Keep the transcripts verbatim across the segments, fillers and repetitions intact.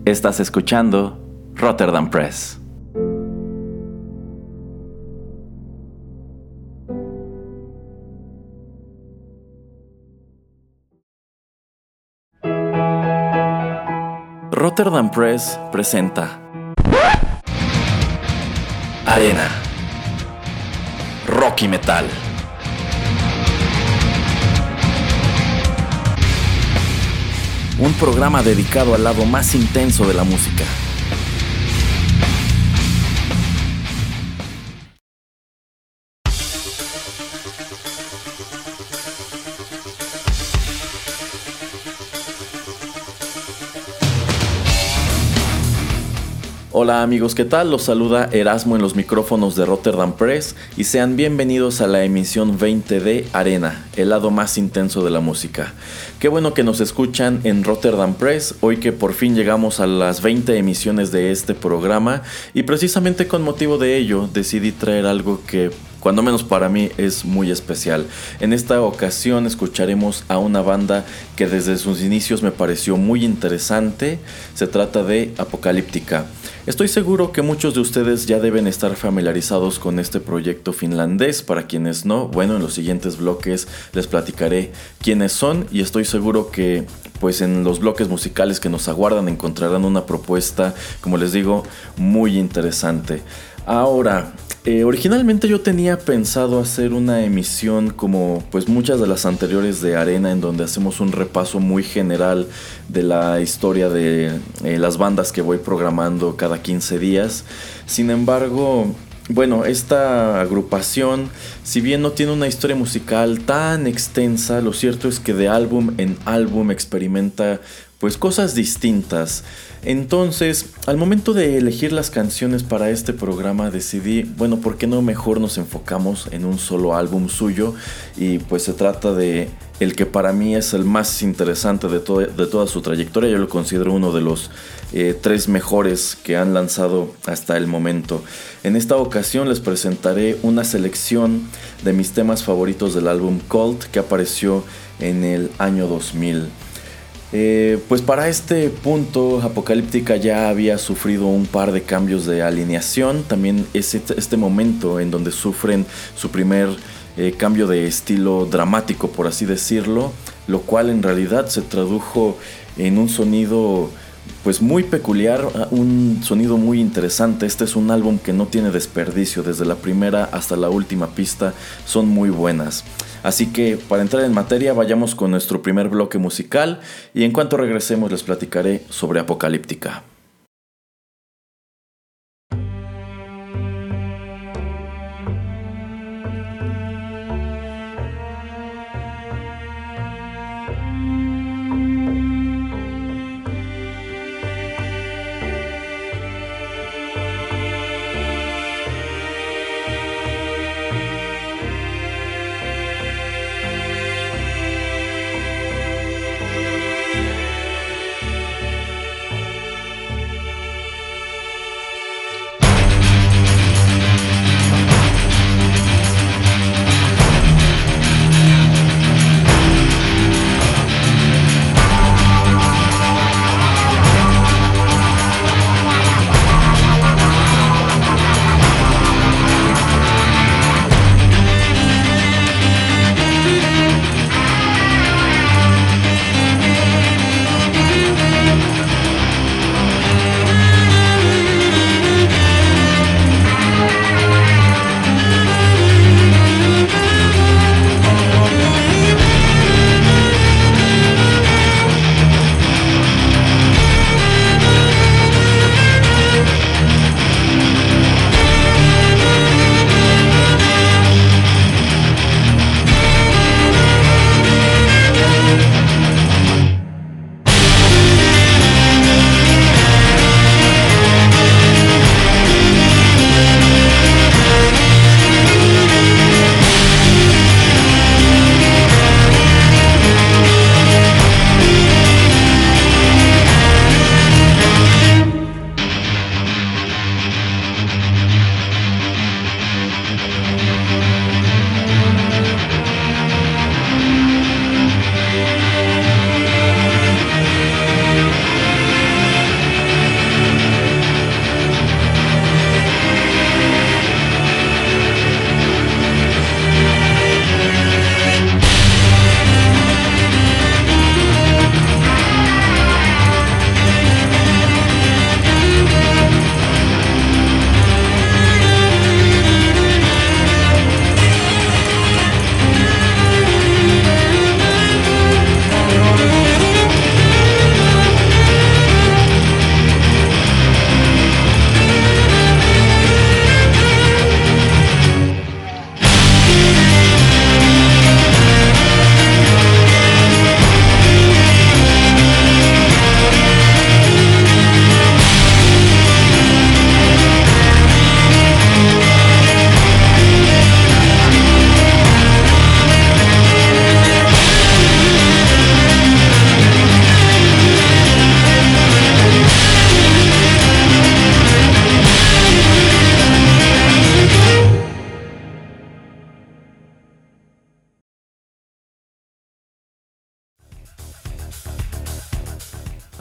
Estás escuchando Rotterdam Press. Rotterdam Press presenta Arena, rock y metal. Un programa dedicado al lado más intenso de la música. Hola amigos, ¿qué tal? Los saluda Erasmo en los micrófonos de Rotterdam Press y sean bienvenidos a la emisión veinte de Arena, el lado más intenso de la música. Qué bueno que nos escuchan en Rotterdam Press, hoy que por fin llegamos a las veinte emisiones de este programa y precisamente con motivo de ello decidí traer algo que, cuando menos para mí, es muy especial. En esta ocasión escucharemos a una banda que desde sus inicios me pareció muy interesante. Se trata de Apocalíptica. Estoy seguro que muchos de ustedes ya deben estar familiarizados con este proyecto finlandés. Para quienes no, bueno, en los siguientes bloques les platicaré quiénes son y estoy seguro que pues en los bloques musicales que nos aguardan encontrarán una propuesta, como les digo, muy interesante. Ahora, eh, originalmente yo tenía pensado hacer una emisión como pues muchas de las anteriores de Arena, en donde hacemos un repaso muy general de la historia de eh, las bandas que voy programando cada quince días. Sin embargo, bueno, esta agrupación, si bien no tiene una historia musical tan extensa, lo cierto es que de álbum en álbum experimenta pues cosas distintas. Entonces, al momento de elegir las canciones para este programa decidí, bueno, ¿por qué no mejor nos enfocamos en un solo álbum suyo? Y pues se trata de el que para mí es el más interesante de, to- de toda su trayectoria. Yo lo considero uno de los eh, tres mejores que han lanzado hasta el momento. En esta ocasión les presentaré una selección de mis temas favoritos del álbum Cult, que apareció en el año dos mil. Eh, pues para este punto Apocalíptica ya había sufrido un par de cambios de alineación. También es este momento en donde sufren su primer eh, cambio de estilo dramático, por así decirlo, lo cual en realidad se tradujo en un sonido pues muy peculiar, un sonido muy interesante. Este es un álbum que no tiene desperdicio, desde la primera hasta la última pista son muy buenas. Así que para entrar en materia vayamos con nuestro primer bloque musical y en cuanto regresemos les platicaré sobre Apocalíptica.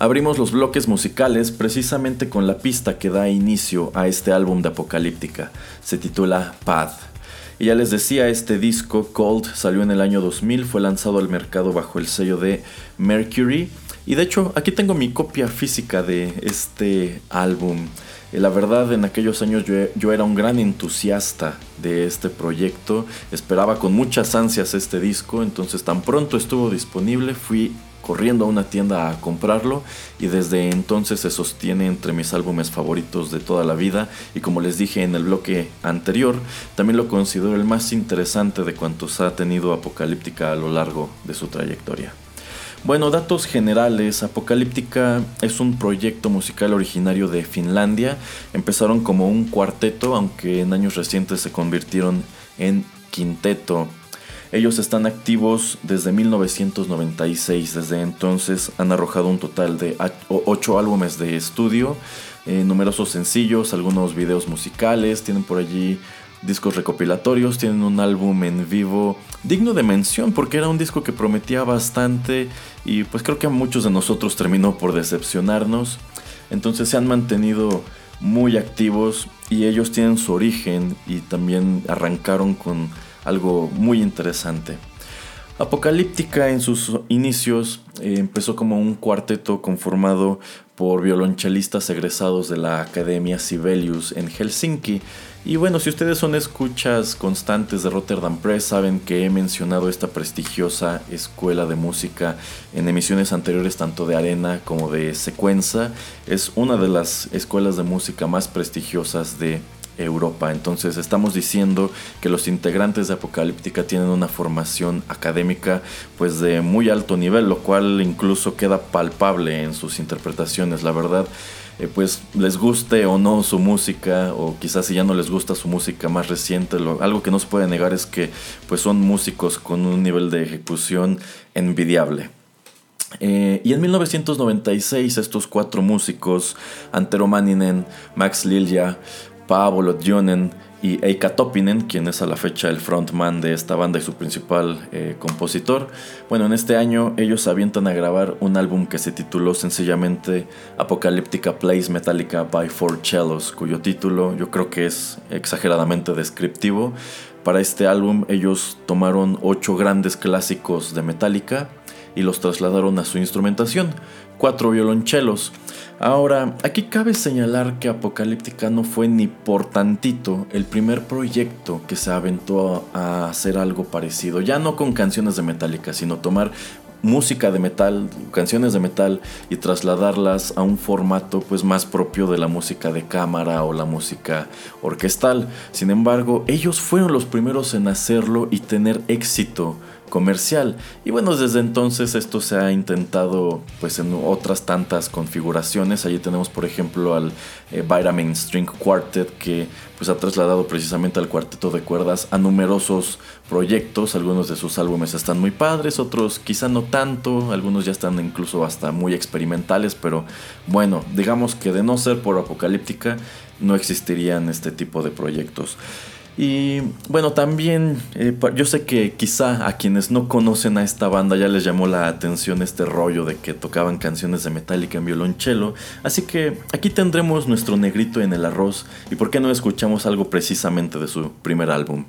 Abrimos los bloques musicales precisamente con la pista que da inicio a este álbum de Apocalyptica. Se titula Path. Y ya les decía, este disco, Cold, salió en el año dos mil, fue lanzado al mercado bajo el sello de Mercury. Y de hecho, aquí tengo mi copia física de este álbum. La verdad, en aquellos años yo, yo era un gran entusiasta de este proyecto. Esperaba con muchas ansias este disco, entonces tan pronto estuvo disponible, fui corriendo a una tienda a comprarlo y desde entonces se sostiene entre mis álbumes favoritos de toda la vida, y como les dije en el bloque anterior, también lo considero el más interesante de cuantos ha tenido Apocalyptica a lo largo de su trayectoria. Bueno, datos generales. Apocalyptica es un proyecto musical originario de Finlandia. Empezaron como un cuarteto, aunque en años recientes se convirtieron en quinteto. Ellos están activos desde mil novecientos noventa y seis. Desde entonces han arrojado un total de ocho álbumes de estudio, eh, numerosos sencillos, algunos videos musicales, tienen por allí discos recopilatorios, tienen un álbum en vivo digno de mención porque era un disco que prometía bastante y pues creo que a muchos de nosotros terminó por decepcionarnos. Entonces se han mantenido muy activos y ellos tienen su origen y también arrancaron con algo muy interesante. Apocalyptica en sus inicios eh, empezó como un cuarteto conformado por violonchelistas egresados de la Academia Sibelius en Helsinki. Y bueno, si ustedes son escuchas constantes de Rotterdam Press, saben que he mencionado esta prestigiosa escuela de música en emisiones anteriores, tanto de Arena como de Sequenza. Es una de las escuelas de música más prestigiosas de Europa. Entonces estamos diciendo que los integrantes de Apocalyptica tienen una formación académica pues de muy alto nivel, lo cual incluso queda palpable en sus interpretaciones. La verdad, eh, pues les guste o no su música, o quizás si ya no les gusta su música más reciente, lo, algo que no se puede negar es que pues son músicos con un nivel de ejecución envidiable. Eh, y en mil novecientos noventa y seis estos cuatro músicos, Antero Manninen, Max Lilja, Paavo Lotjonen y Eikka Topinen, quien es a la fecha el frontman de esta banda y su principal eh, compositor. Bueno, en este año ellos se avientan a grabar un álbum que se tituló sencillamente Apocalyptica Plays Metallica by Four Cellos, cuyo título yo creo que es exageradamente descriptivo. Para este álbum ellos tomaron ocho grandes clásicos de Metallica y los trasladaron a su instrumentación, cuatro violonchelos. Ahora, aquí cabe señalar que Apocalyptica no fue ni por tantito el primer proyecto que se aventó a hacer algo parecido, ya no con canciones de Metallica, sino tomar música de metal, canciones de metal y trasladarlas a un formato pues más propio de la música de cámara o la música orquestal. Sin embargo, ellos fueron los primeros en hacerlo y tener éxito comercial. Y bueno, desde entonces esto se ha intentado pues en otras tantas configuraciones. Allí tenemos por ejemplo al eh, Vitamin String Quartet, que pues ha trasladado precisamente al cuarteto de cuerdas a numerosos proyectos. Algunos de sus álbumes están muy padres, otros quizá no tanto, algunos ya están incluso hasta muy experimentales, pero bueno, digamos que de no ser por Apocalyptica no existirían este tipo de proyectos. Y bueno, también eh, yo sé que quizá a quienes no conocen a esta banda ya les llamó la atención este rollo de que tocaban canciones de Metallica en violonchelo, así que aquí tendremos nuestro negrito en el arroz. ¿Y por qué no escuchamos algo precisamente de su primer álbum?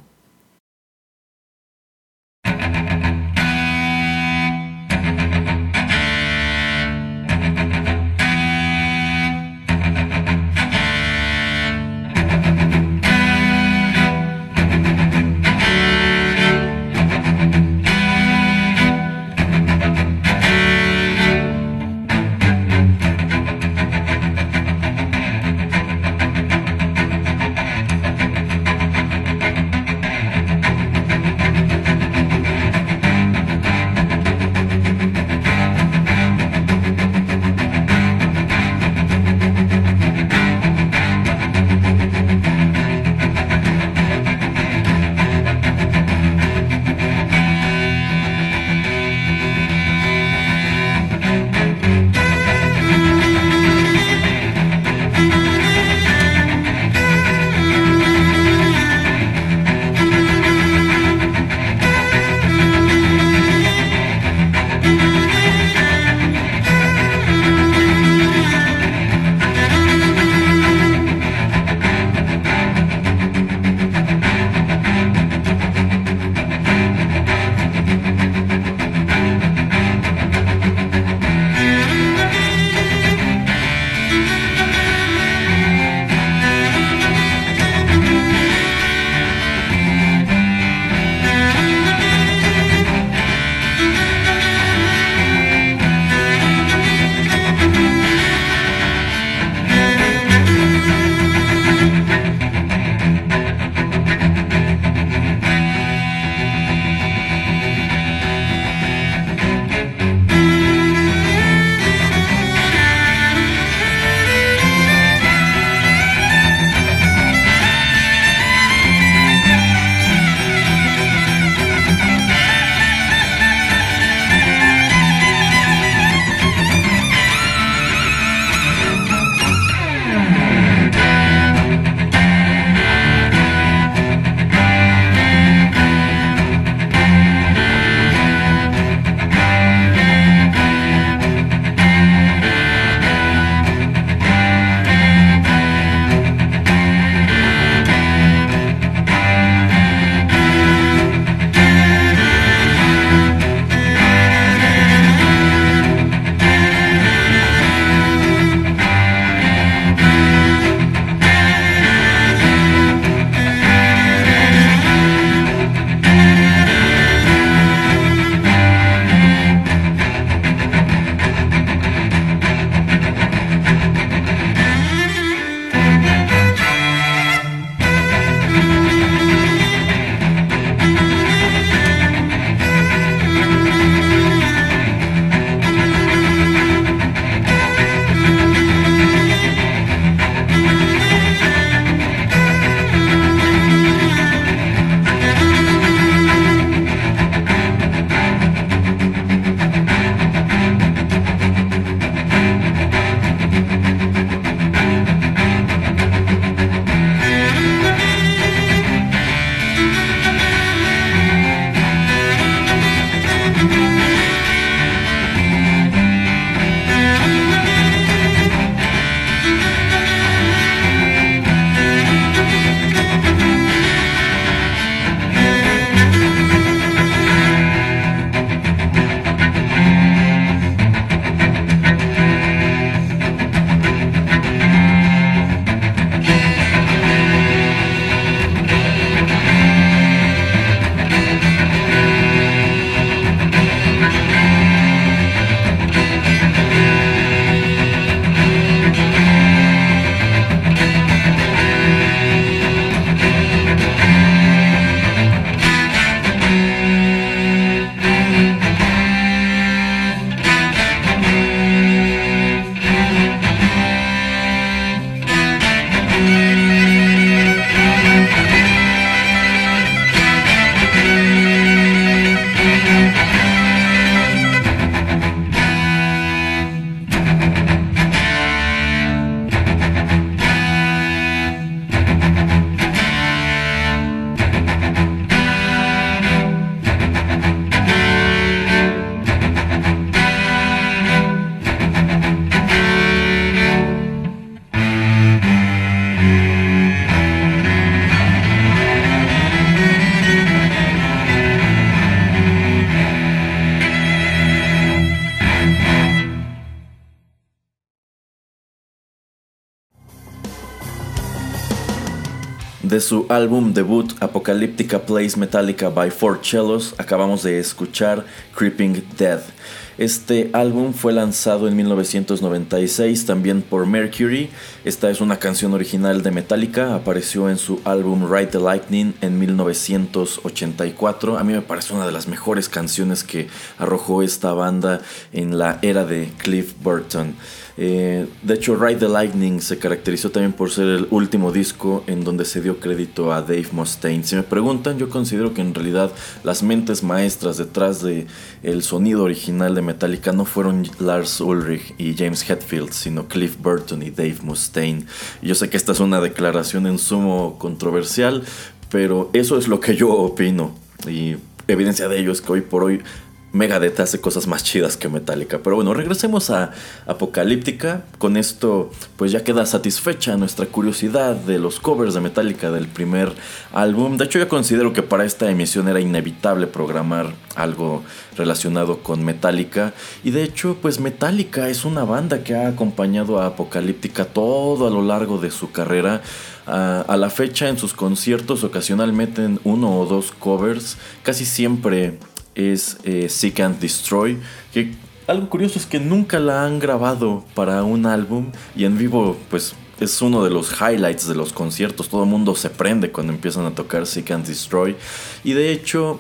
De su álbum debut Apocalyptica Plays Metallica by Four Cellos, acabamos de escuchar Creeping Dead. Este álbum fue lanzado en mil novecientos noventa y seis también por Mercury. Esta es una canción original de Metallica, apareció en su álbum Ride the Lightning en mil novecientos ochenta y cuatro. A mí me parece una de las mejores canciones que arrojó esta banda en la era de Cliff Burton. Eh, de hecho, Ride the Lightning se caracterizó también por ser el último disco en donde se dio crédito a Dave Mustaine. Si me preguntan, yo considero que en realidad las mentes maestras detrás de el sonido original de Metallica no fueron Lars Ulrich y James Hetfield, sino Cliff Burton y Dave Mustaine. Yo sé que esta es una declaración en sumo controversial, pero eso es lo que yo opino, y evidencia de ello es que hoy por hoy Megadeth hace cosas más chidas que Metallica. Pero bueno, regresemos a Apocalyptica. Con esto pues ya queda satisfecha nuestra curiosidad de los covers de Metallica del primer álbum. De hecho, yo considero que para esta emisión era inevitable programar algo relacionado con Metallica. Y de hecho, pues Metallica es una banda que ha acompañado a Apocalyptica todo a lo largo de su carrera. Uh, a la fecha, en sus conciertos ocasionalmente en uno o dos covers. Casi siempre es eh, Seek and Destroy, que algo curioso es que nunca la han grabado para un álbum, y en vivo pues es uno de los highlights de los conciertos. Todo el mundo se prende cuando empiezan a tocar Seek and Destroy. Y de hecho,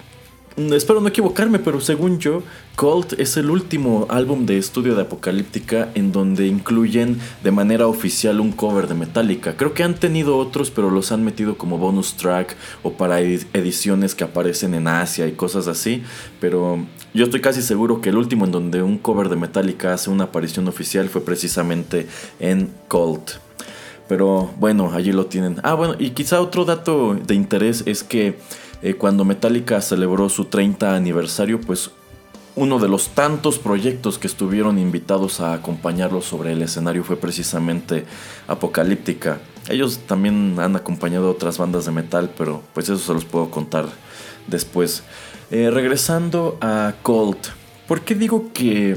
espero no equivocarme, pero según yo, Cult es el último álbum de estudio de Apocalyptica en donde incluyen de manera oficial un cover de Metallica. Creo que han tenido otros, pero los han metido como bonus track o para ediciones que aparecen en Asia y cosas así. Pero yo estoy casi seguro que el último en donde un cover de Metallica hace una aparición oficial fue precisamente en Cult. Pero bueno, allí lo tienen. Ah, bueno, y quizá otro dato de interés es que Eh, cuando Metallica celebró su treinta aniversario, pues uno de los tantos proyectos que estuvieron invitados a acompañarlos sobre el escenario fue precisamente Apocalyptica. Ellos también han acompañado a otras bandas de metal, pero pues eso se los puedo contar después. Eh, regresando a Cult, ¿por qué digo que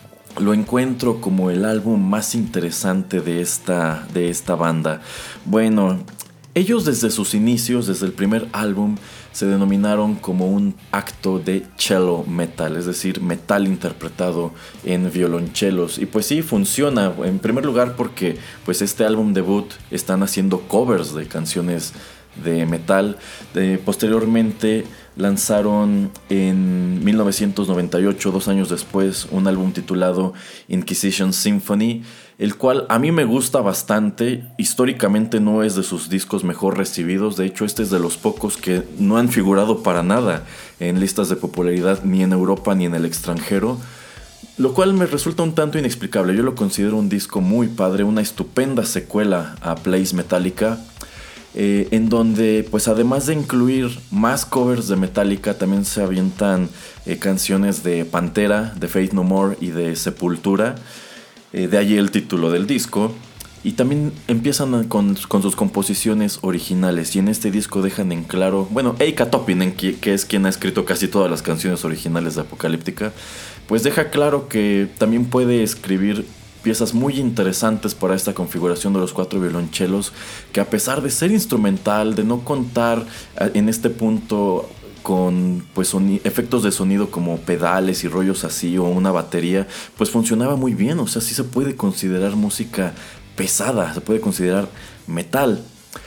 lo encuentro como el álbum más interesante de esta, de esta banda? Bueno, ellos desde sus inicios, desde el primer álbum, se denominaron como un acto de cello metal, es decir, metal interpretado en violonchelos. Y pues sí, funciona, en primer lugar porque pues este álbum debut están haciendo covers de canciones de metal. De, posteriormente lanzaron en mil novecientos noventa y ocho, dos años después, un álbum titulado Inquisition Symphony, el cual a mí me gusta bastante. Históricamente no es de sus discos mejor recibidos. De hecho, este es de los pocos que no han figurado para nada en listas de popularidad ni en Europa ni en el extranjero, lo cual me resulta un tanto inexplicable. Yo lo considero un disco muy padre, una estupenda secuela a Plays Metallica, eh, en donde pues además de incluir más covers de Metallica, también se avientan eh, canciones de Pantera, de Faith No More y de Sepultura. Eh, de allí el título del disco. Y también empiezan con, con sus composiciones originales. Y en este disco dejan en claro, bueno, Eika Topinen, que, que es quien ha escrito casi todas las canciones originales de Apocalyptica, pues deja claro que también puede escribir piezas muy interesantes para esta configuración de los cuatro violonchelos, que a pesar de ser instrumental, de no contar en este punto con pues soni- efectos de sonido como pedales y rollos así, o una batería, pues funcionaba muy bien. O sea, sí se puede considerar música pesada, se puede considerar metal.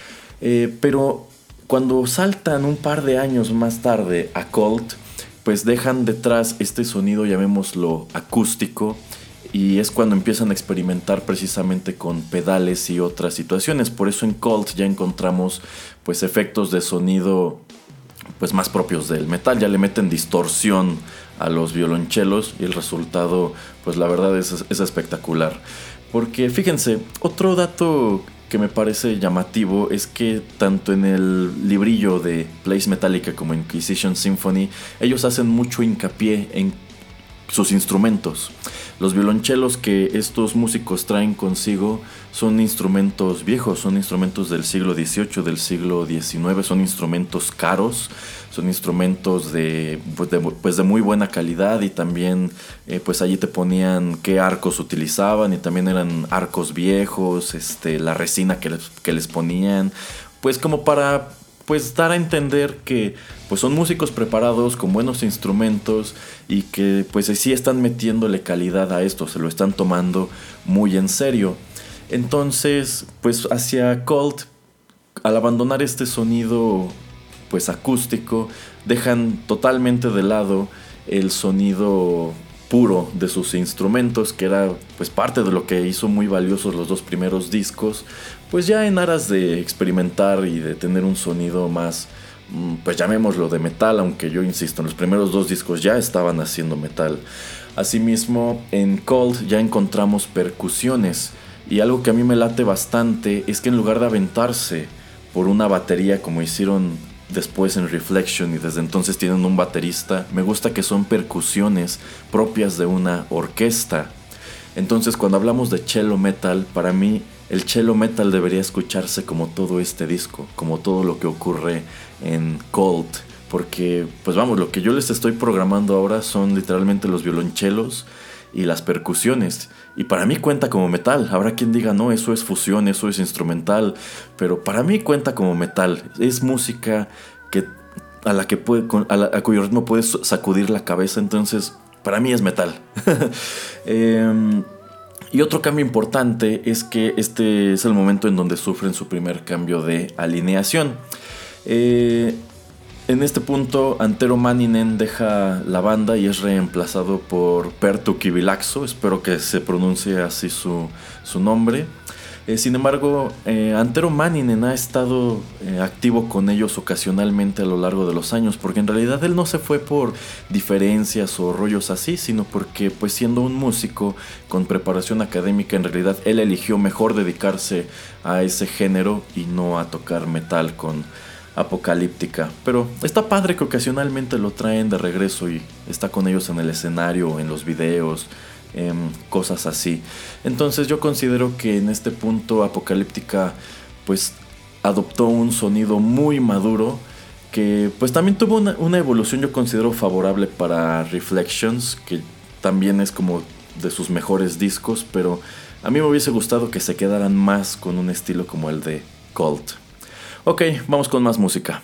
Eh, pero cuando saltan un par de años más tarde a Cult, pues dejan detrás este sonido, llamémoslo acústico, y es cuando empiezan a experimentar precisamente con pedales y otras situaciones. Por eso en Cult ya encontramos pues efectos de sonido pues más propios del metal. Ya le meten distorsión a los violonchelos y el resultado pues la verdad es, es espectacular. Porque fíjense, otro dato que me parece llamativo es que tanto en el librillo de Plays Metallica como en Inquisition Symphony, ellos hacen mucho hincapié en sus instrumentos. Los violonchelos que estos músicos traen consigo son instrumentos viejos, son instrumentos del siglo dieciocho, del siglo diecinueve, son instrumentos caros, son instrumentos de, pues de, pues de muy buena calidad, y también eh, pues allí te ponían qué arcos utilizaban, y también eran arcos viejos, este, la resina que les, que les ponían. pues como para pues dar a entender que pues son músicos preparados con buenos instrumentos y que pues sí están metiéndole calidad a esto, se lo están tomando muy en serio. Entonces, pues hacia Cult, al abandonar este sonido pues acústico, dejan totalmente de lado el sonido puro de sus instrumentos, que era pues parte de lo que hizo muy valiosos los dos primeros discos, pues ya en aras de experimentar y de tener un sonido más, pues llamémoslo de metal, aunque yo insisto, en los primeros dos discos ya estaban haciendo metal. Asimismo, en Cult ya encontramos percusiones, y algo que a mí me late bastante es que en lugar de aventarse por una batería como hicieron después en Reflection y desde entonces tienen un baterista, me gusta que son percusiones propias de una orquesta. Entonces cuando hablamos de cello metal, para mí el cello metal debería escucharse como todo este disco, como todo lo que ocurre en Cult, porque pues vamos, lo que yo les estoy programando ahora son literalmente los violonchelos y las percusiones, y para mí cuenta como metal. Habrá quien diga no, eso es fusión, eso es instrumental, pero para mí cuenta como metal. Es música que, a la que puede, a, la, a cuyo ritmo puedes sacudir la cabeza, entonces para mí es metal. eh, y otro cambio importante es que este es el momento en donde sufren su primer cambio de alineación. eh, En este punto, Antero Manninen deja la banda y es reemplazado por Perttu Kivilaakso, espero que se pronuncie así su, su nombre. Eh, sin embargo, eh, Antero Manninen ha estado eh, activo con ellos ocasionalmente a lo largo de los años, porque en realidad él no se fue por diferencias o rollos así, sino porque pues siendo un músico con preparación académica, en realidad él eligió mejor dedicarse a ese género y no a tocar metal con apocalíptica. Pero está padre que ocasionalmente lo traen de regreso y está con ellos en el escenario, en los videos, eh, cosas así. Entonces yo considero que en este punto Apocalíptica pues adoptó un sonido muy maduro, que pues también tuvo una, una evolución yo considero favorable para Reflections, que también es como de sus mejores discos, pero a mí me hubiese gustado que se quedaran más con un estilo como el de Cult. Ok, vamos con más música.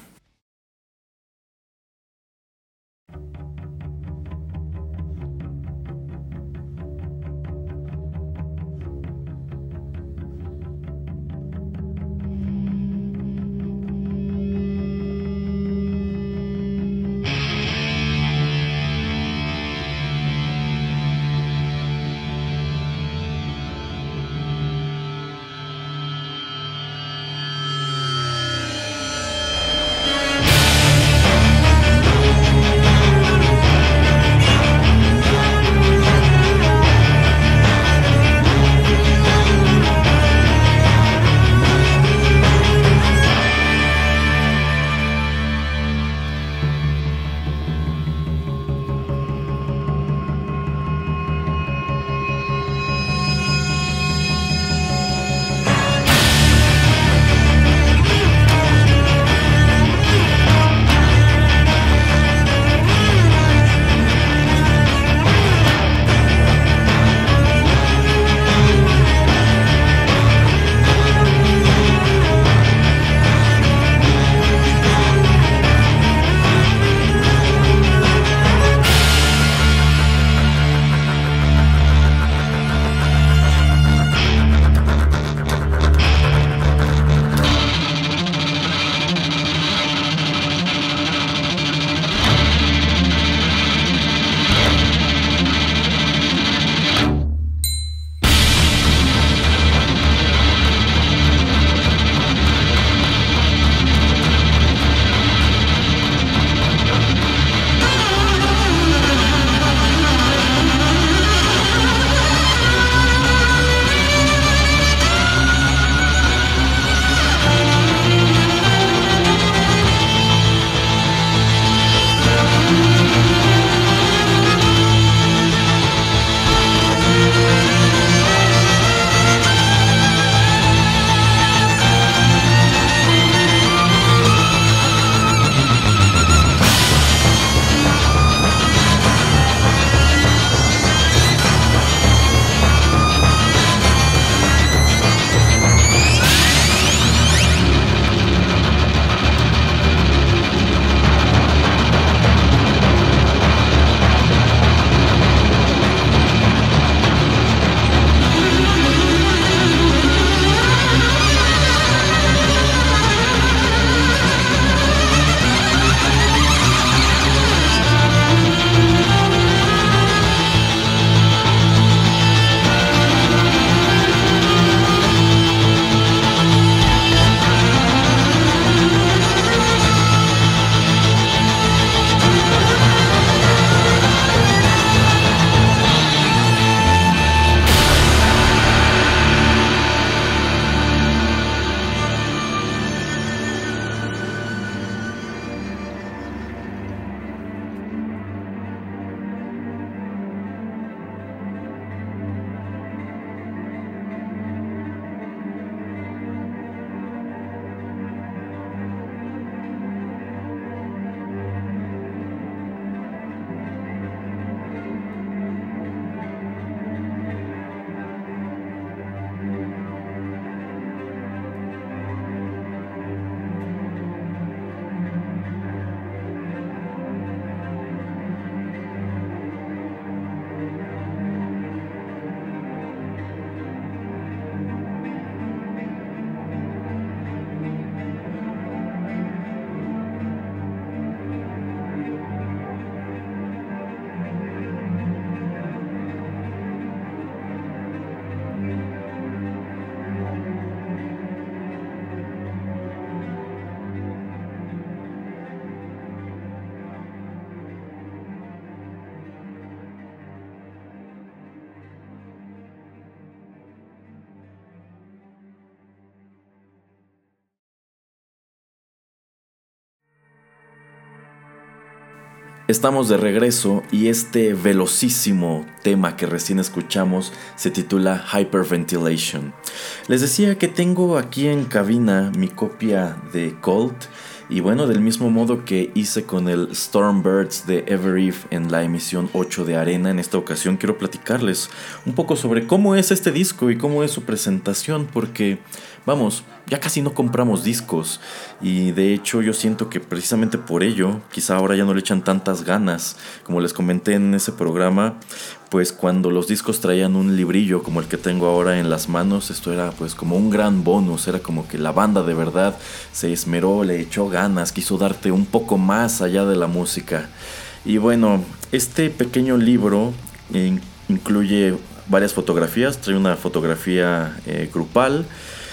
Estamos de regreso y este velocísimo tema que recién escuchamos se titula Hyperventilation. Les decía que tengo aquí en cabina mi copia de Cold y bueno, del mismo modo que hice con el Stormbirds de Ever Eve en la emisión ocho de Arena, en esta ocasión quiero platicarles un poco sobre cómo es este disco y cómo es su presentación, porque vamos, ya casi no compramos discos y de hecho yo siento que precisamente por ello quizá ahora ya no le echan tantas ganas. Como les comenté en ese programa, pues cuando los discos traían un librillo como el que tengo ahora en las manos, esto era pues como un gran bonus, era como que la banda de verdad se esmeró, le echó ganas, quiso darte un poco más allá de la música. Y bueno, este pequeño libro eh, incluye varias fotografías, trae una fotografía eh, grupal,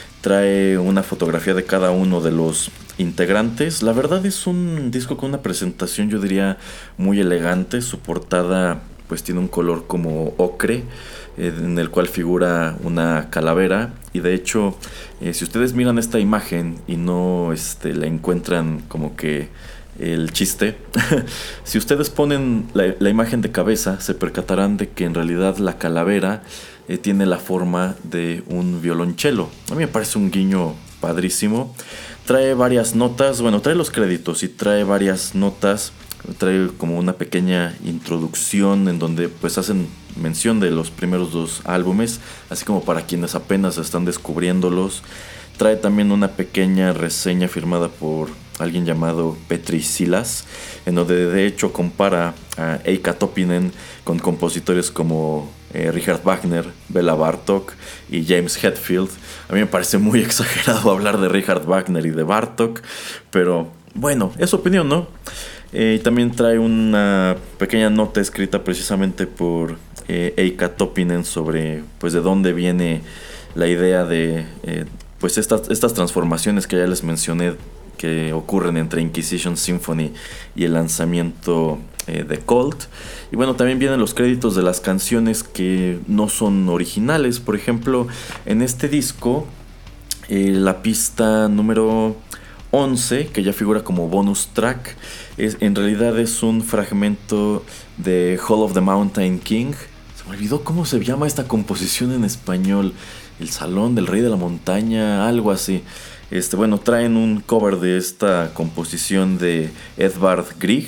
trae una fotografía de cada uno de los integrantes. La verdad es un disco con una presentación, yo diría, muy elegante. Su portada pues tiene un color como ocre, eh, en el cual figura una calavera. Y de hecho, eh, si ustedes miran esta imagen y no este, la encuentran como que el chiste, si ustedes ponen la, la imagen de cabeza, se percatarán de que en realidad la calavera eh, tiene la forma de un violonchelo. A mí me parece un guiño padrísimo. Trae varias notas, bueno, trae los créditos y trae varias notas. Trae como una pequeña introducción en donde pues hacen mención de los primeros dos álbumes, así como para quienes apenas están descubriéndolos. Trae también una pequeña reseña firmada por alguien llamado Petri Silas, en donde de hecho compara a Eika Topinen con compositores como eh, Richard Wagner, Bela Bartok y James Hetfield. A mí me parece muy exagerado hablar de Richard Wagner y de Bartok, pero bueno, es su opinión, ¿no? Eh, y también trae una pequeña nota escrita precisamente por eh, Eika Topinen sobre pues de dónde viene la idea de eh, pues estas, estas transformaciones que ya les mencioné que ocurren entre Inquisition Symphony y el lanzamiento eh, de Cold. Y bueno, también vienen los créditos de las canciones que no son originales. Por ejemplo, en este disco eh, la pista número once, que ya figura como bonus track, es, en realidad es un fragmento de Hall of the Mountain King. Se me olvidó cómo se llama esta composición en español. El Salón del Rey de la Montaña, algo así. Este, bueno, traen un cover de esta composición de Edvard Grieg.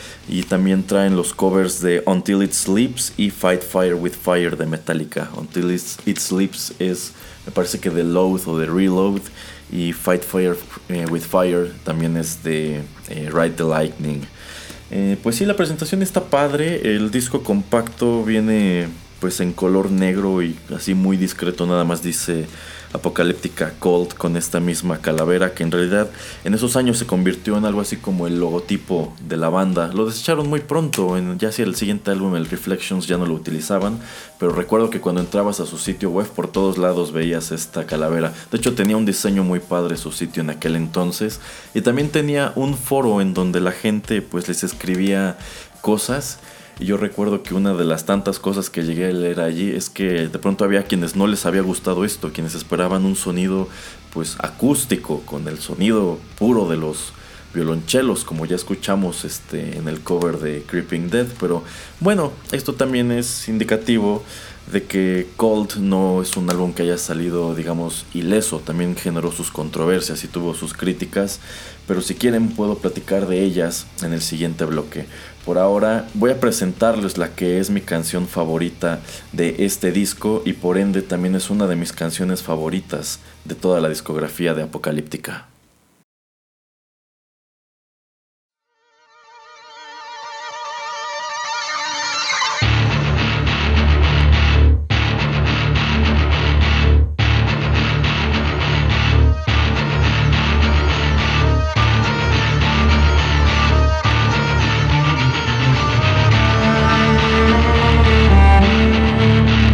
Y también traen los covers de Until It Sleeps y Fight Fire with Fire de Metallica. Until It, It Sleeps es, me parece que de Load o de Reload. Y Fight Fire eh, with Fire también es de eh, Ride the Lightning. Eh, pues sí, la presentación está padre. El disco compacto viene pues en color negro y así muy discreto, nada más dice Apocalíptica Cold con esta misma calavera que en realidad en esos años se convirtió en algo así como el logotipo de la banda. Lo desecharon muy pronto, en, ya hacia el siguiente álbum, el Reflections, ya no lo utilizaban, pero recuerdo que cuando entrabas a su sitio web por todos lados veías esta calavera. De hecho tenía un diseño muy padre su sitio en aquel entonces y también tenía un foro en donde la gente pues les escribía cosas. Y yo recuerdo que una de las tantas cosas que llegué a leer allí es que de pronto había quienes no les había gustado esto, quienes esperaban un sonido pues acústico, con el sonido puro de los violonchelos, como ya escuchamos este, en el cover de Creeping Dead. Pero bueno, esto también es indicativo de que Cold no es un álbum que haya salido, digamos, ileso. También generó sus controversias y tuvo sus críticas, pero si quieren puedo platicar de ellas en el siguiente bloque. Por ahora voy a presentarles la que es mi canción favorita de este disco y por ende también es una de mis canciones favoritas de toda la discografía de Apocalíptica.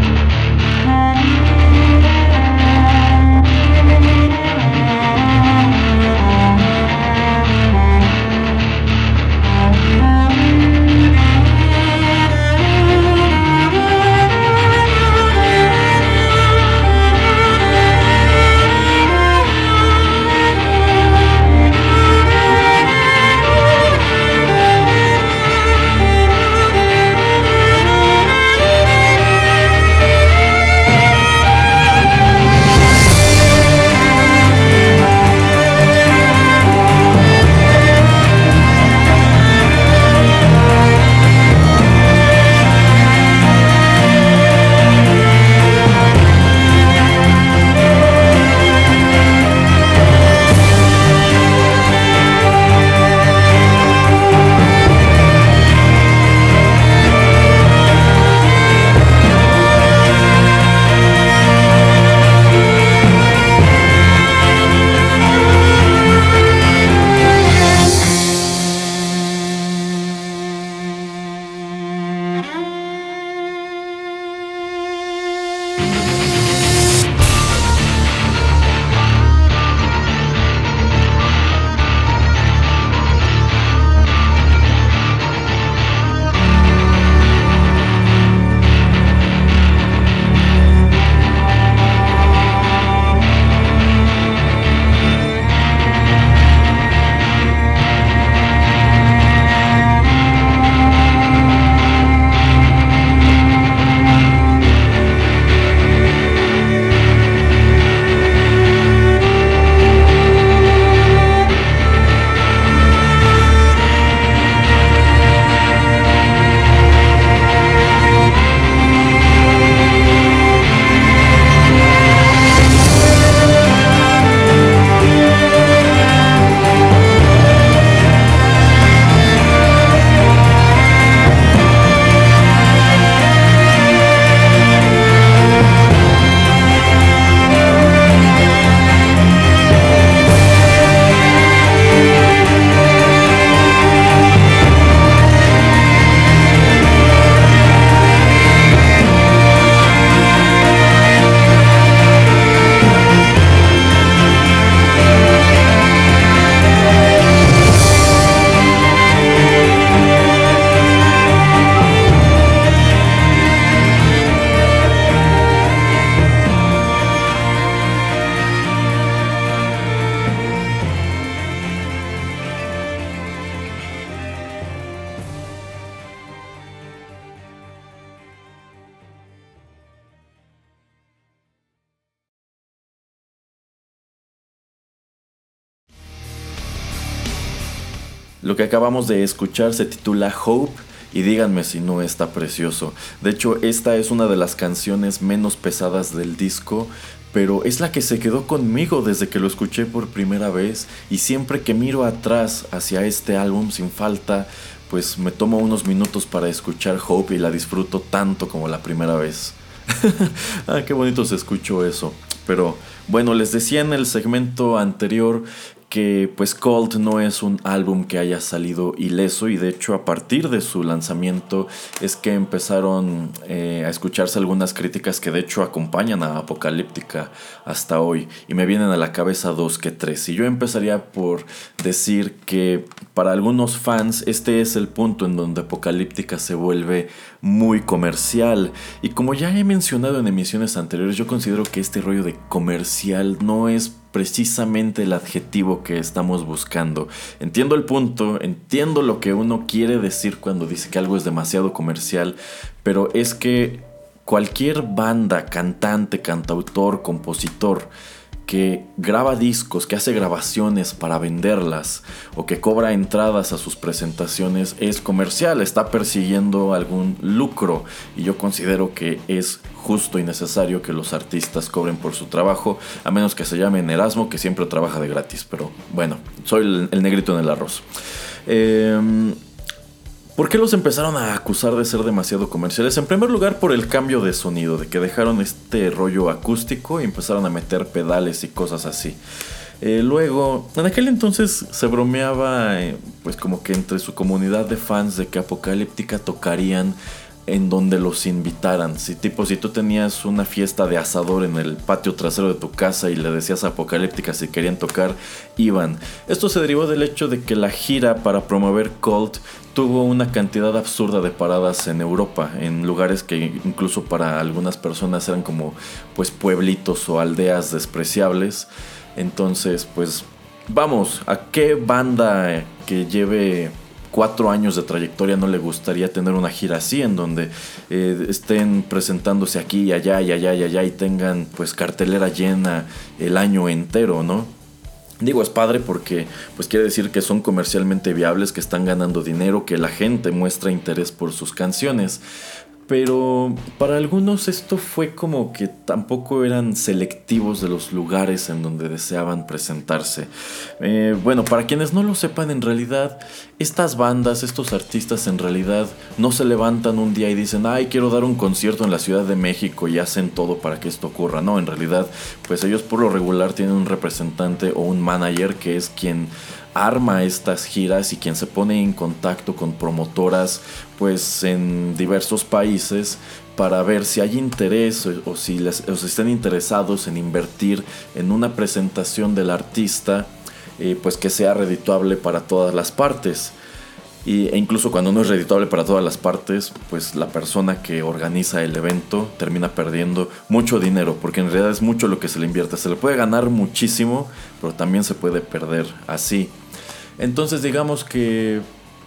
Thank you. Lo que acabamos de escuchar se titula Hope y díganme si no está precioso. De hecho, esta es una de las canciones menos pesadas del disco, pero es la que se quedó conmigo desde que lo escuché por primera vez, y siempre que miro atrás hacia este álbum sin falta, pues me tomo unos minutos para escuchar Hope y la disfruto tanto como la primera vez. Ah, qué bonito se escuchó eso. Pero bueno, les decía en el segmento anterior que pues Cold no es un álbum que haya salido ileso, y de hecho a partir de su lanzamiento es que empezaron eh, a escucharse algunas críticas que de hecho acompañan a Apocalyptica hasta hoy, y me vienen a la cabeza dos que tres. Y yo empezaría por decir que para algunos fans este es el punto en donde Apocalyptica se vuelve muy comercial, y como ya he mencionado en emisiones anteriores, yo considero que este rollo de comercial no es precisamente el adjetivo que estamos buscando. Entiendo el punto, entiendo lo que uno quiere decir cuando dice que algo es demasiado comercial, pero es que cualquier banda, cantante, cantautor, compositor que graba discos, que hace grabaciones para venderlas o que cobra entradas a sus presentaciones es comercial, está persiguiendo algún lucro, y yo considero que es justo y necesario que los artistas cobren por su trabajo, a menos que se llamen Erasmo, que siempre trabaja de gratis, pero bueno, soy el, el negrito en el arroz. Eh... ¿Por qué los empezaron a acusar de ser demasiado comerciales? En primer lugar, por el cambio de sonido, de que dejaron este rollo acústico y empezaron a meter pedales y cosas así. Eh, luego, en aquel entonces se bromeaba, eh, pues como que entre su comunidad de fans, de que Apocalyptica tocarían en donde los invitaran. Si tipo, si tú tenías una fiesta de asador en el patio trasero de tu casa y le decías a Apocalyptica si querían tocar, iban. Esto se derivó del hecho de que la gira para promover Cult tuvo una cantidad absurda de paradas en Europa, en lugares que incluso para algunas personas eran como pues pueblitos o aldeas despreciables. Entonces, pues vamos, ¿a qué banda que lleve cuatro años de trayectoria no le gustaría tener una gira así, en donde eh, estén presentándose aquí y allá y allá y allá y tengan pues cartelera llena el año entero, ¿no? Digo, es padre porque pues quiere decir que son comercialmente viables, que están ganando dinero, que la gente muestra interés por sus canciones. Pero para algunos esto fue como que tampoco eran selectivos de los lugares en donde deseaban presentarse. Eh, bueno, para quienes no lo sepan, en realidad estas bandas, estos artistas en realidad no se levantan un día y dicen ay, quiero dar un concierto en la Ciudad de México, y hacen todo para que esto ocurra. No, en realidad pues ellos por lo regular tienen un representante o un manager que es quien arma estas giras y quien se pone en contacto con promotoras pues en diversos países para ver si hay interés o, o, si les, o si están interesados en invertir en una presentación del artista eh, pues que sea redituable para todas las partes. Y, e incluso cuando no es redituable para todas las partes, pues la persona que organiza el evento termina perdiendo mucho dinero, porque en realidad es mucho lo que se le invierte. Se le puede ganar muchísimo, pero también se puede perder así. Entonces digamos que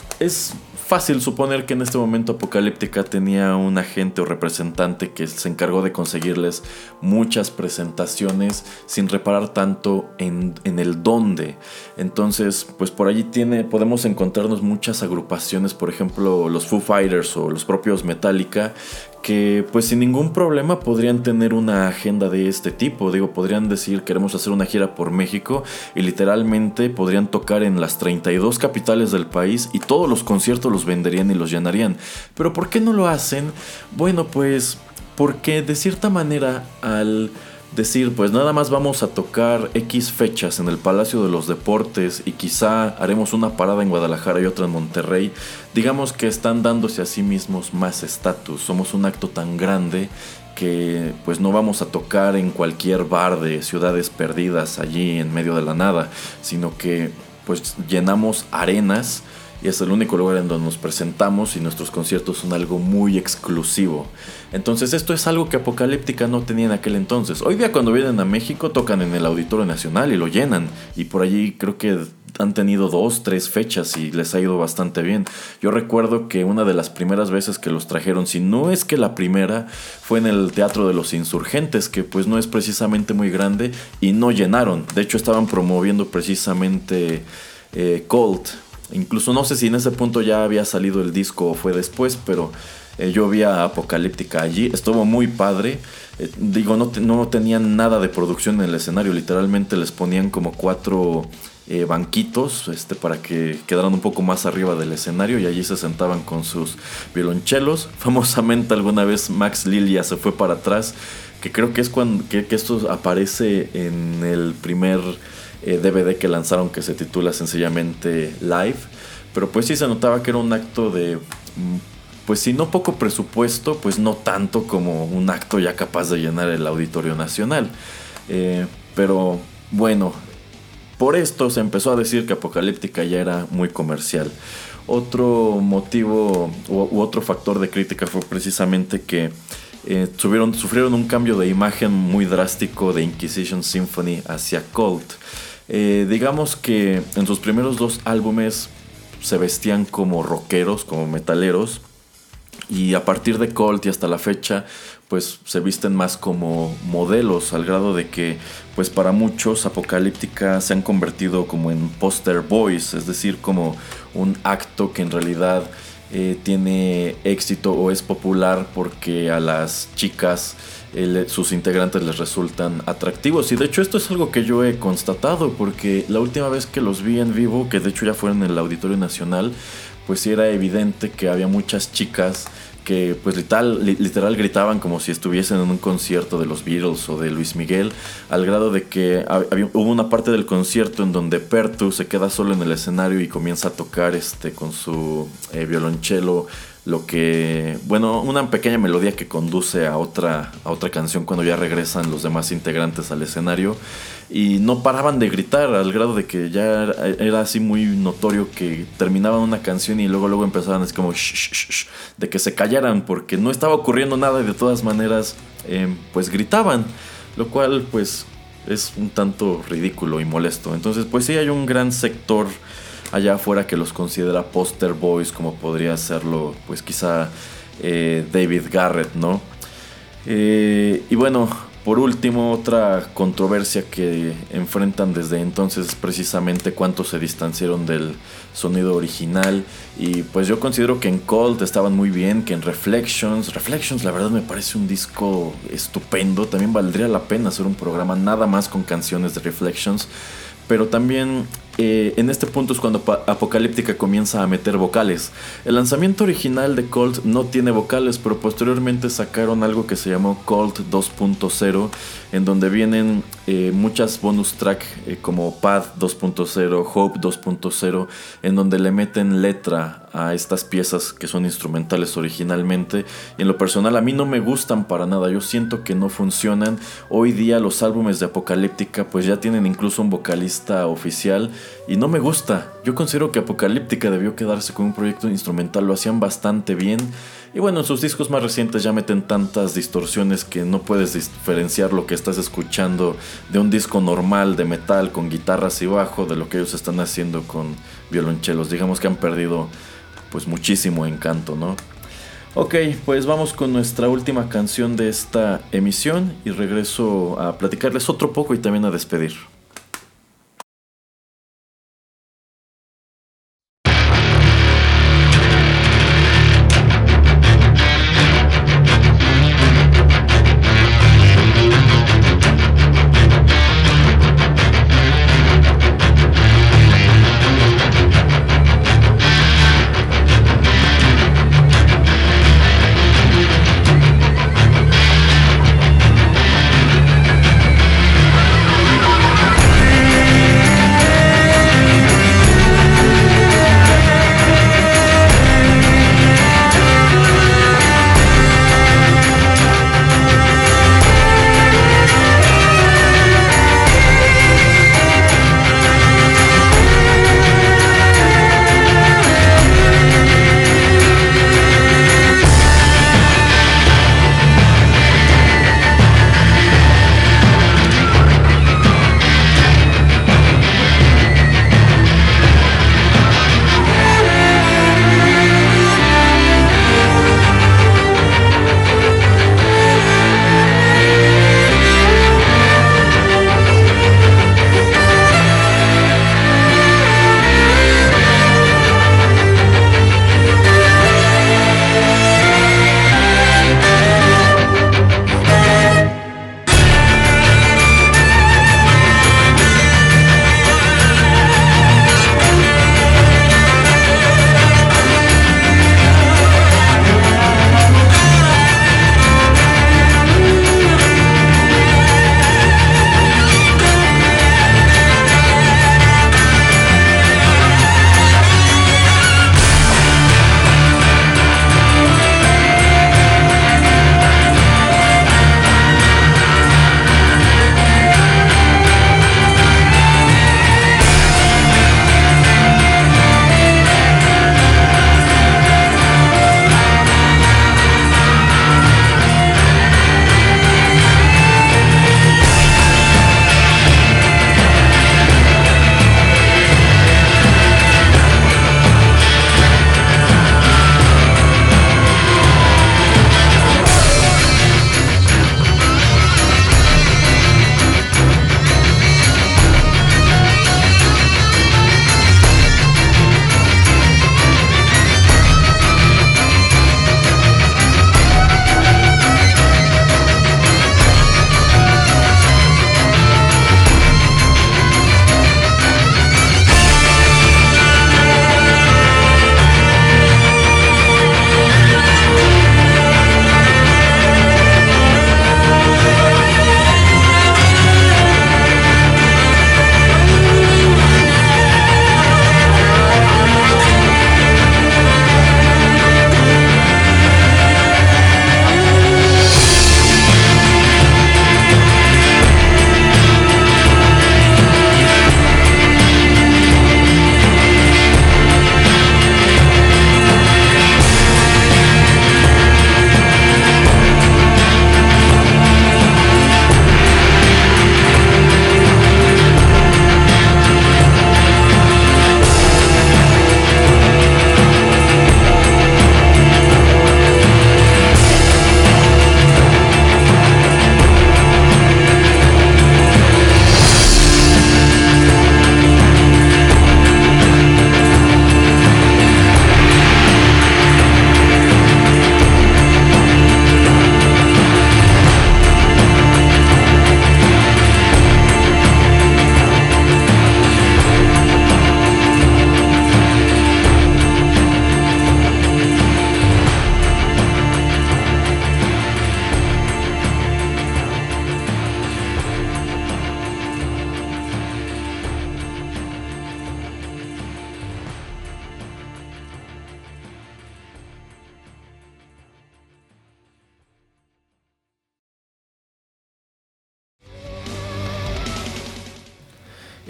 es fácil suponer que en este momento Apocalyptica tenía un agente o representante que se encargó de conseguirles muchas presentaciones sin reparar tanto en, en el dónde. Entonces, pues por allí tiene, podemos encontrarnos muchas agrupaciones, por ejemplo los Foo Fighters o los propios Metallica, que pues sin ningún problema podrían tener una agenda de este tipo. Digo, podrían decir queremos hacer una gira por México y literalmente podrían tocar en las treinta y dos capitales del país y todos los conciertos los venderían y los llenarían. Pero ¿por qué no lo hacen? Bueno, pues porque de cierta manera al decir pues nada más vamos a tocar X fechas en el Palacio de los Deportes y quizá haremos una parada en Guadalajara y otra en Monterrey, digamos que están dándose a sí mismos más estatus. Somos un acto tan grande que pues no vamos a tocar en cualquier bar de ciudades perdidas allí en medio de la nada, sino que pues llenamos arenas y es el único lugar en donde nos presentamos y nuestros conciertos son algo muy exclusivo. Entonces esto es algo que Apocalyptica no tenía en aquel entonces. Hoy día cuando vienen a México tocan en el Auditorio Nacional y lo llenan, y por allí creo que han tenido dos, tres fechas y les ha ido bastante bien. Yo recuerdo que una de las primeras veces que los trajeron, si no es que la primera, fue en el Teatro de los Insurgentes, que pues no es precisamente muy grande, y no llenaron. De hecho estaban promoviendo precisamente eh, Cult. Incluso no sé si en ese punto ya había salido el disco o fue después, pero eh, yo vi a Apocalíptica allí. Estuvo muy padre. Eh, digo, no, te, no tenían nada de producción en el escenario. Literalmente les ponían como cuatro eh, banquitos este, para que quedaran un poco más arriba del escenario y allí se sentaban con sus violonchelos. Famosamente alguna vez Max Lilia se fue para atrás, que creo que es cuando que, que esto aparece en el primer eh, D V D que lanzaron, que se titula sencillamente Live. Pero pues sí se notaba que era un acto de, pues si no poco presupuesto, pues no tanto como un acto ya capaz de llenar el Auditorio Nacional. Eh, pero bueno, por esto se empezó a decir que Apocalíptica ya era muy comercial. Otro motivo u, u otro factor de crítica fue precisamente que eh, tuvieron, sufrieron un cambio de imagen muy drástico de Inquisition Symphony hacia Cult. Eh, digamos que en sus primeros dos álbumes se vestían como rockeros, como metaleros, y a partir de Cult y hasta la fecha pues se visten más como modelos, al grado de que pues para muchos Apocalíptica se han convertido como en poster boys, es decir, como un acto que en realidad eh, tiene éxito o es popular porque a las chicas eh, sus integrantes les resultan atractivos. Y de hecho esto es algo que yo he constatado, porque la última vez que los vi en vivo, que de hecho ya fueron en el Auditorio Nacional, pues sí era evidente que había muchas chicas que pues literal, literal gritaban como si estuviesen en un concierto de los Beatles o de Luis Miguel, al grado de que había, hubo una parte del concierto en donde Pertu se queda solo en el escenario y comienza a tocar este con su eh, violonchelo lo que, bueno, una pequeña melodía que conduce a otra, a otra canción cuando ya regresan los demás integrantes al escenario, y no paraban de gritar al grado de que ya era, era así muy notorio que terminaban una canción y luego luego empezaban así como shh, shh, shh, de que se callaran porque no estaba ocurriendo nada y de todas maneras eh, pues gritaban, lo cual pues es un tanto ridículo y molesto. Entonces pues sí hay un gran sector allá afuera que los considera poster boys, como podría serlo pues quizá eh, David Garrett, ¿no? Eh, y bueno, por último, otra controversia que enfrentan desde entonces es precisamente cuánto se distanciaron del sonido original. Y pues yo considero que en Cult estaban muy bien, que en Reflections, Reflections la verdad me parece un disco estupendo. También valdría la pena hacer un programa nada más con canciones de Reflections. Pero también eh, en este punto es cuando Apocalíptica comienza a meter vocales. El lanzamiento original de Cult no tiene vocales, pero posteriormente sacaron algo que se llamó Cult dos punto cero, en donde vienen eh, muchas bonus track eh, como Pad dos punto cero, Hope dos punto cero, en donde le meten letra a estas piezas que son instrumentales originalmente. Y en lo personal a mí no me gustan para nada, yo siento que no funcionan. Hoy día los álbumes de Apocalíptica pues ya tienen incluso un vocalista oficial y no me gusta. Yo considero que Apocalíptica debió quedarse con un proyecto instrumental, lo hacían bastante bien. Y bueno, en sus discos más recientes ya meten tantas distorsiones que no puedes diferenciar lo que estás escuchando de un disco normal de metal con guitarras y bajo de lo que ellos están haciendo con violonchelos. Digamos que han perdido pues muchísimo encanto, ¿no? Ok, pues vamos con nuestra última canción de esta emisión y regreso a platicarles otro poco y también a despedir.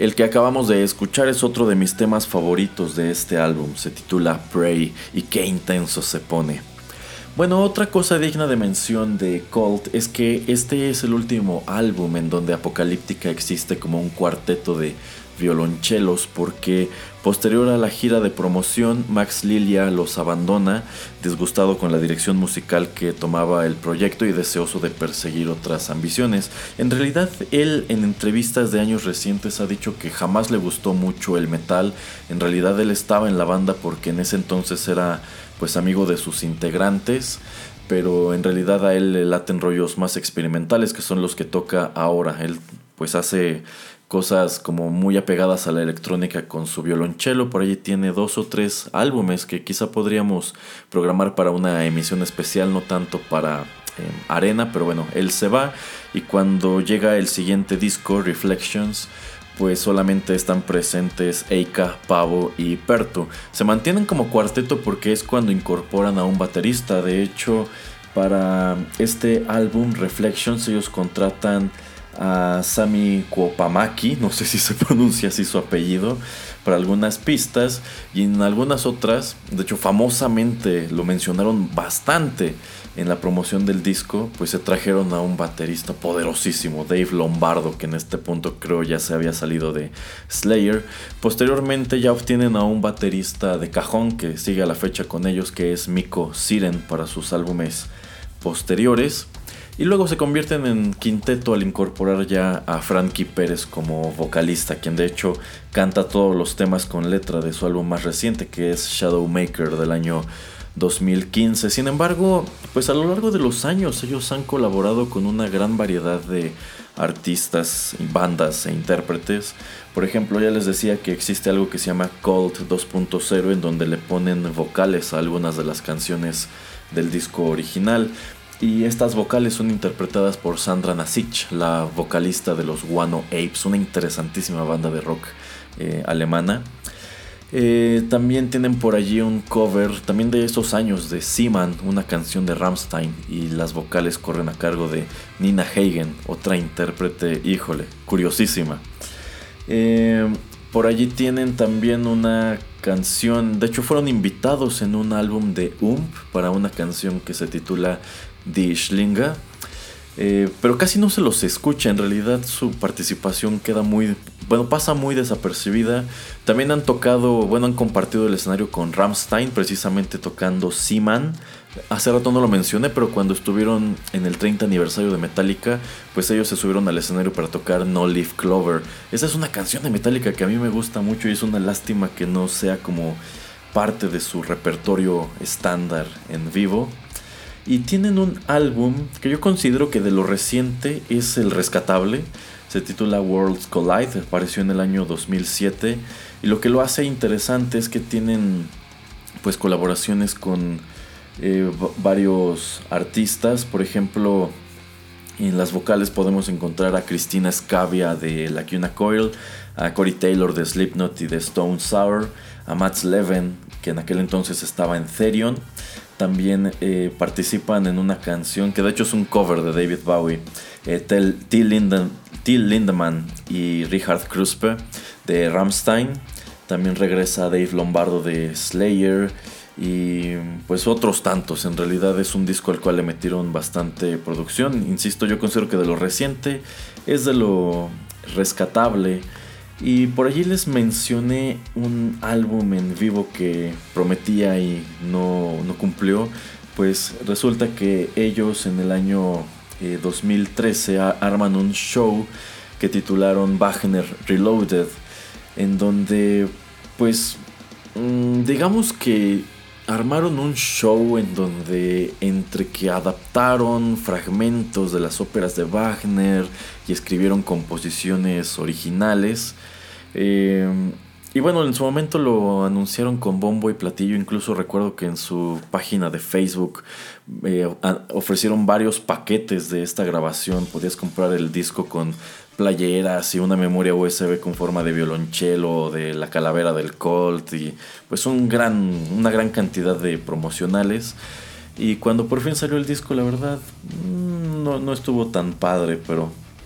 El que acabamos de escuchar es otro de mis temas favoritos de este álbum, se titula Prey y qué intenso se pone. Bueno, otra cosa digna de mención de Cult es que este es el último álbum en donde Apocalyptica existe como un cuarteto de violonchelos, porque posterior a la gira de promoción Max Lilia los abandona, disgustado con la dirección musical que tomaba el proyecto y deseoso de perseguir otras ambiciones. En realidad él en entrevistas de años recientes ha dicho que jamás le gustó mucho el metal. En realidad él estaba en la banda porque en ese entonces era pues amigo de sus integrantes, pero en realidad a él le laten rollos más experimentales, que son los que toca ahora. Él pues hace cosas como muy apegadas a la electrónica con su violonchelo. Por ahí tiene dos o tres álbumes que quizá podríamos programar para una emisión especial, no tanto para eh, Arena, pero bueno, él se va y cuando llega el siguiente disco, Reflections, pues solamente están presentes Eika, Pavo y Pertu. Se mantienen como cuarteto porque es cuando incorporan a un baterista. De hecho, para este álbum Reflections ellos contratan a Sami Kuopamaki, no sé si se pronuncia así su apellido, para algunas pistas, y en algunas otras, de hecho famosamente lo mencionaron bastante en la promoción del disco, pues se trajeron a un baterista poderosísimo, Dave Lombardo, que en este punto creo ya se había salido de Slayer. Posteriormente ya obtienen a un baterista de cajón que sigue a la fecha con ellos, que es Mikko Siren, para sus álbumes posteriores. Y luego se convierten en quinteto al incorporar ya a Frankie Pérez como vocalista, quien de hecho canta todos los temas con letra de su álbum más reciente, que es Shadowmaker del año dos mil quince. Sin embargo, pues a lo largo de los años ellos han colaborado con una gran variedad de artistas, bandas e intérpretes. Por ejemplo, ya les decía que existe algo que se llama Cult dos punto cero, en donde le ponen vocales a algunas de las canciones del disco original. Y estas vocales son interpretadas por Sandra Nasic, la vocalista de los Guano Apes, una interesantísima banda de rock eh, alemana. Eh, también tienen por allí un cover, también de esos años, de Seaman, una canción de Rammstein, y las vocales corren a cargo de Nina Hagen, otra intérprete, híjole, curiosísima. Eh, por allí tienen también una canción, de hecho fueron invitados en un álbum de Ump para una canción que se titula Die Schlinge, eh, pero casi no se los escucha. En realidad su participación queda muy, bueno, pasa muy desapercibida. También han tocado, bueno, han compartido el escenario con Rammstein, precisamente tocando Seaman. Hace rato no lo mencioné, pero cuando estuvieron en el treinta aniversario de Metallica, pues ellos se subieron al escenario para tocar No Leaf Clover. Esa es una canción de Metallica que a mí me gusta mucho y es una lástima que no sea como parte de su repertorio estándar en vivo. Y tienen un álbum que yo considero que de lo reciente es el rescatable. Se titula Worlds Collide, apareció en el año dos mil siete. Y lo que lo hace interesante es que tienen pues colaboraciones con eh, varios artistas. Por ejemplo, en las vocales podemos encontrar a Christina Scavia de Lacuna Coil, a Corey Taylor de Slipknot y de Stone Sour, a Mats Leven, que en aquel entonces estaba en Therion. También eh, participan en una canción que de hecho es un cover de David Bowie, eh, Till Linden, Lindemann y Richard Kruspe de Rammstein. También regresa Dave Lombardo de Slayer y pues otros tantos. En realidad es un disco al cual le metieron bastante producción. Insisto, yo considero que de lo reciente es de lo rescatable. Y por allí les mencioné un álbum en vivo que prometía y no, no cumplió. Pues resulta que ellos en el año eh, dos mil trece a, arman un show que titularon Wagner Reloaded, en donde pues mmm, digamos que armaron un show en donde entre que adaptaron fragmentos de las óperas de Wagner y escribieron composiciones originales. Eh, y bueno, en su momento lo anunciaron con bombo y platillo. Incluso recuerdo que en su página de Facebook eh, ofrecieron varios paquetes de esta grabación. Podías comprar el disco con playeras y una memoria U S B con forma de violonchelo, de la calavera del Colt y pues un gran, una gran cantidad de promocionales. Y cuando por fin salió el disco, la verdad no, no estuvo tan padre, pero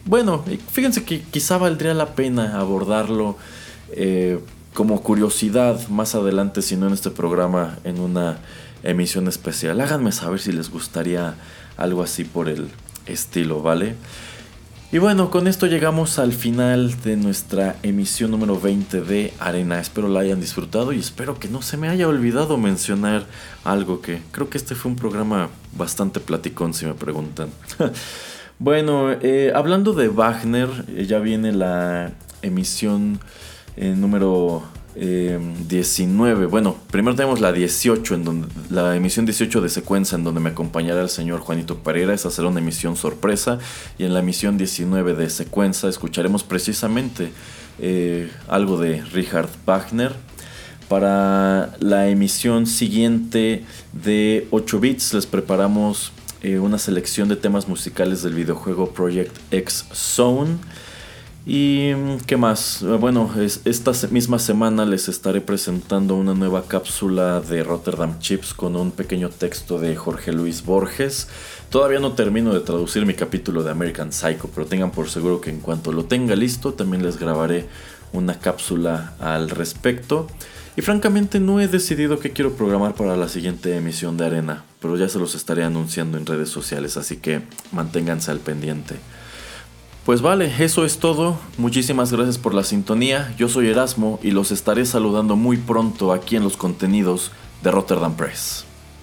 bueno, fíjense que quizá valdría la pena abordarlo eh, como curiosidad más adelante, si no en este programa, en una emisión especial. Háganme saber si les gustaría algo así por el estilo, ¿vale? Y bueno, con esto llegamos al final de nuestra emisión número veinte de Arena. Espero la hayan disfrutado y espero que no se me haya olvidado mencionar algo, que creo que este fue un programa bastante platicón, si me preguntan. Bueno, eh, hablando de Wagner, eh, ya viene la emisión eh, número eh, diecinueve. Bueno, primero tenemos la dieciocho, en donde, la emisión dieciocho de Secuencia, en donde me acompañará el señor Juanito Pereira. Esa será una emisión sorpresa. Y en la emisión diecinueve de Secuencia escucharemos precisamente eh, algo de Richard Wagner. Para la emisión siguiente de ocho bits les preparamos eh, una selección de temas musicales del videojuego Project X Zone. Y ¿qué más? Bueno, es, esta misma semana les estaré presentando una nueva cápsula de Rotterdam Chips con un pequeño texto de Jorge Luis Borges. Todavía no termino de traducir mi capítulo de American Psycho, pero tengan por seguro que en cuanto lo tenga listo también les grabaré una cápsula al respecto. Y francamente no he decidido qué quiero programar para la siguiente emisión de Arena, pero ya se los estaré anunciando en redes sociales, así que manténganse al pendiente. Pues vale, eso es todo. Muchísimas gracias por la sintonía. Yo soy Erasmo y los estaré saludando muy pronto aquí en los contenidos de Rotterdam Press.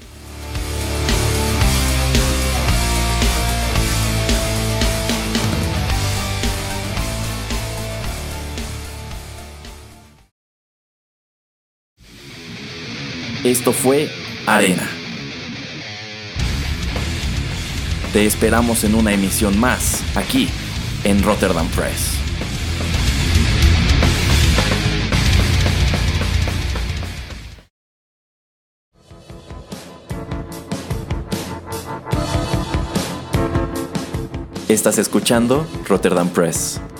Esto fue Arena. Te esperamos en una emisión más, aquí en Rotterdam Press. Estás escuchando Rotterdam Press.